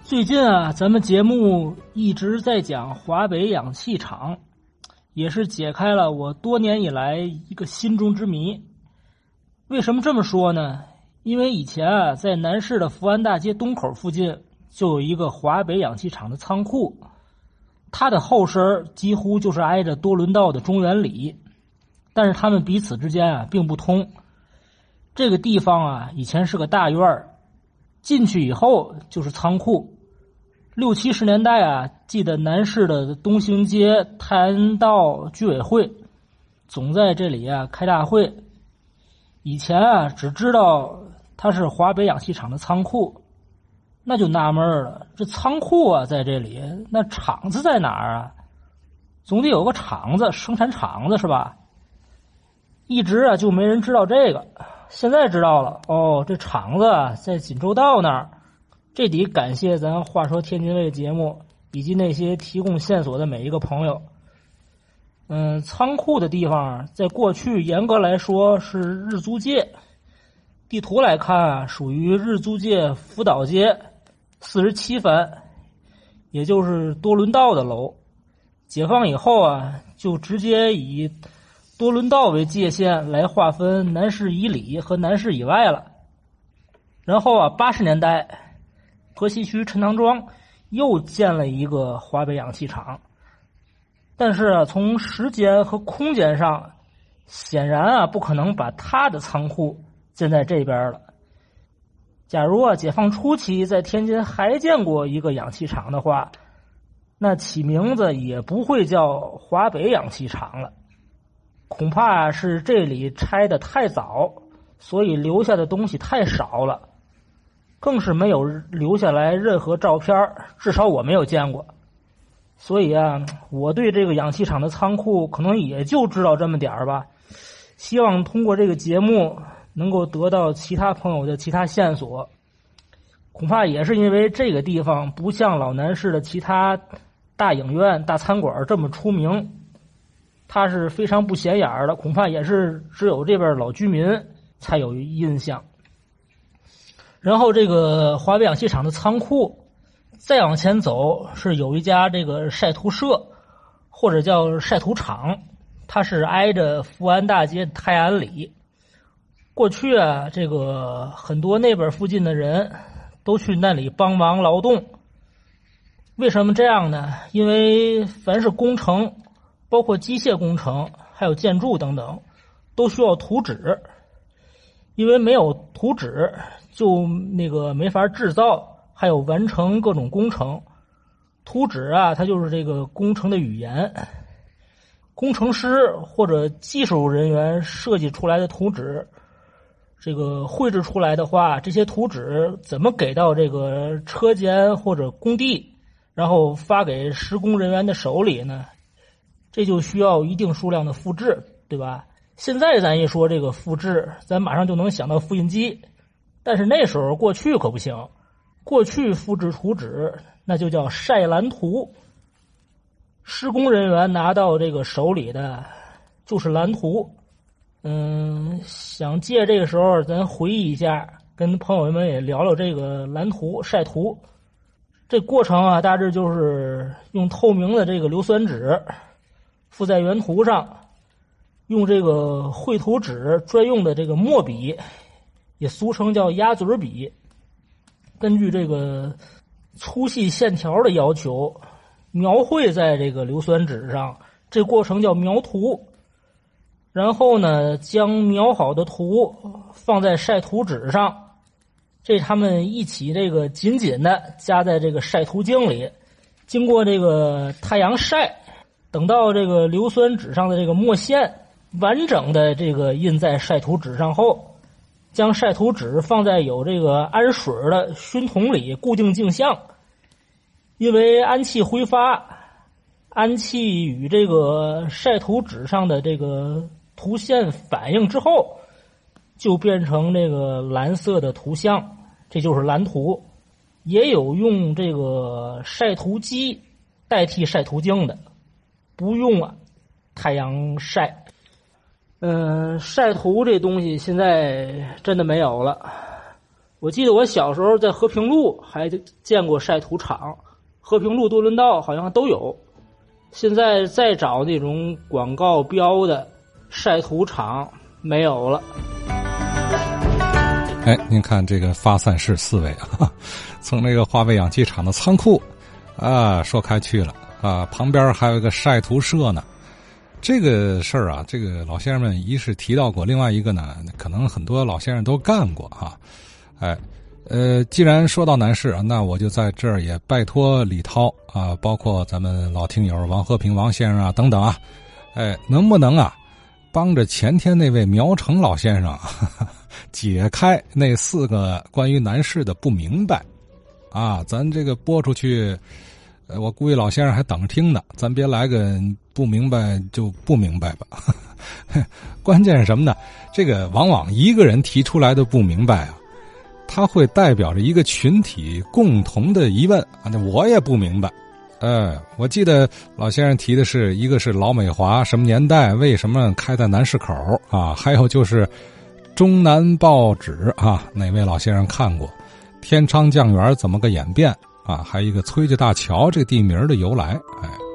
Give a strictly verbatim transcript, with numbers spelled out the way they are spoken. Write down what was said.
最近啊，咱们节目一直在讲华北氧气厂，也是解开了我多年以来一个心中之谜。为什么这么说呢？因为以前啊，在南市的福安大街东口附近就有一个华北氧气厂的仓库，它的后身几乎就是挨着多伦道的中原里，但是他们彼此之间啊并不通。这个地方啊以前是个大院，进去以后就是仓库。六七十年代啊，记得南市的东兴街泰安道居委会总在这里啊开大会。以前啊只知道它是华北氧气厂的仓库，那就纳闷了，这仓库啊在这里，那厂子在哪儿啊？总得有个厂子，生产厂子是吧？一直啊就没人知道这个，现在知道了哦，这厂子啊在锦州道那儿。这得感谢咱话说天津卫节目以及那些提供线索的每一个朋友。嗯，仓库的地方在过去严格来说是日租界，地图来看啊，属于日租界福岛街四十七番，也就是多伦道的楼。解放以后啊，就直接以多伦道为界限来划分南市以里和南市以外了。然后啊，八十年代。河西区陈塘庄又建了一个华北氧气厂，但是啊，从时间和空间上，显然啊不可能把它的仓库建在这边了。假如啊解放初期在天津还建过一个氧气厂的话，那起名字也不会叫华北氧气厂了，恐怕是这里拆得太早，所以留下的东西太少了。更是没有留下来任何照片，至少我没有见过。所以啊，我对这个氧气厂的仓库可能也就知道这么点儿吧。希望通过这个节目能够得到其他朋友的其他线索。恐怕也是因为这个地方不像老南市的其他大影院、大餐馆这么出名，它是非常不显眼的，恐怕也是只有这边老居民才有印象。然后这个华北氧气厂的仓库再往前走是有一家这个晒图社，或者叫晒图厂，它是挨着福安大街泰安里。过去啊，这个很多那边附近的人都去那里帮忙劳动。为什么这样呢？因为凡是工程，包括机械工程还有建筑等等，都需要图纸。因为没有图纸就那个没法制造还有完成各种工程。图纸啊它就是这个工程的语言，工程师或者技术人员设计出来的图纸，这个绘制出来的话，这些图纸怎么给到这个车间或者工地，然后发给施工人员的手里呢？这就需要一定数量的复制，对吧？现在咱一说这个复制，咱马上就能想到复印机，但是那时候过去可不行。过去复制图纸那就叫晒蓝图，施工人员拿到这个手里的就是蓝图。嗯，想借这个时候咱回忆一下，跟朋友们也聊聊这个蓝图晒图。这过程啊大致就是用透明的这个硫酸纸附在原图上，用这个绘图纸专用的这个墨笔，也俗称叫鸭嘴笔，根据这个粗细线条的要求，描绘在这个硫酸纸上，这过程叫描图。然后呢，将描好的图放在晒图纸上，这他们一起这个紧紧的夹在这个晒图镜里，经过这个太阳晒，等到这个硫酸纸上的这个墨线完整的这个印在晒图纸上后，将晒图纸放在有这个氨水的熏筒里固定镜像。因为氨气挥发，氨气与这个晒图纸上的这个图线反应之后，就变成这个蓝色的图像，这就是蓝图。也有用这个晒图机代替晒图镜的，不用啊太阳晒。嗯，晒图这东西现在真的没有了。 我记得我小时候在和平路还见过晒土场，和平路、多伦道好像都有。现在再找那种广告标的晒土场没有了。 哎，您看这个发散式思维啊，从这个华北氧气厂的仓库啊说开去了啊，旁边还有一个晒图社呢。这个事儿啊，这个老先生们一是提到过，另外一个呢，可能很多老先生都干过啊。哎，呃，既然说到南市啊，那我就在这儿也拜托李涛啊，包括咱们老听友王和平王先生啊等等啊，哎，能不能啊，帮着前天那位苗成老先生哈哈解开那四个关于南市的不明白啊？咱这个播出去，呃，我估计老先生还等着听呢，咱别来个不明白就不明白吧。关键是什么呢？这个往往一个人提出来的不明白啊，它会代表着一个群体共同的疑问啊，那我也不明白。呃，我记得老先生提的是一个是老美华什么年代为什么开在南市口啊，还有就是中南报纸啊，哪位老先生看过天昌酱园怎么个演变啊，还有一个崔家大桥这个地名的由来。哎。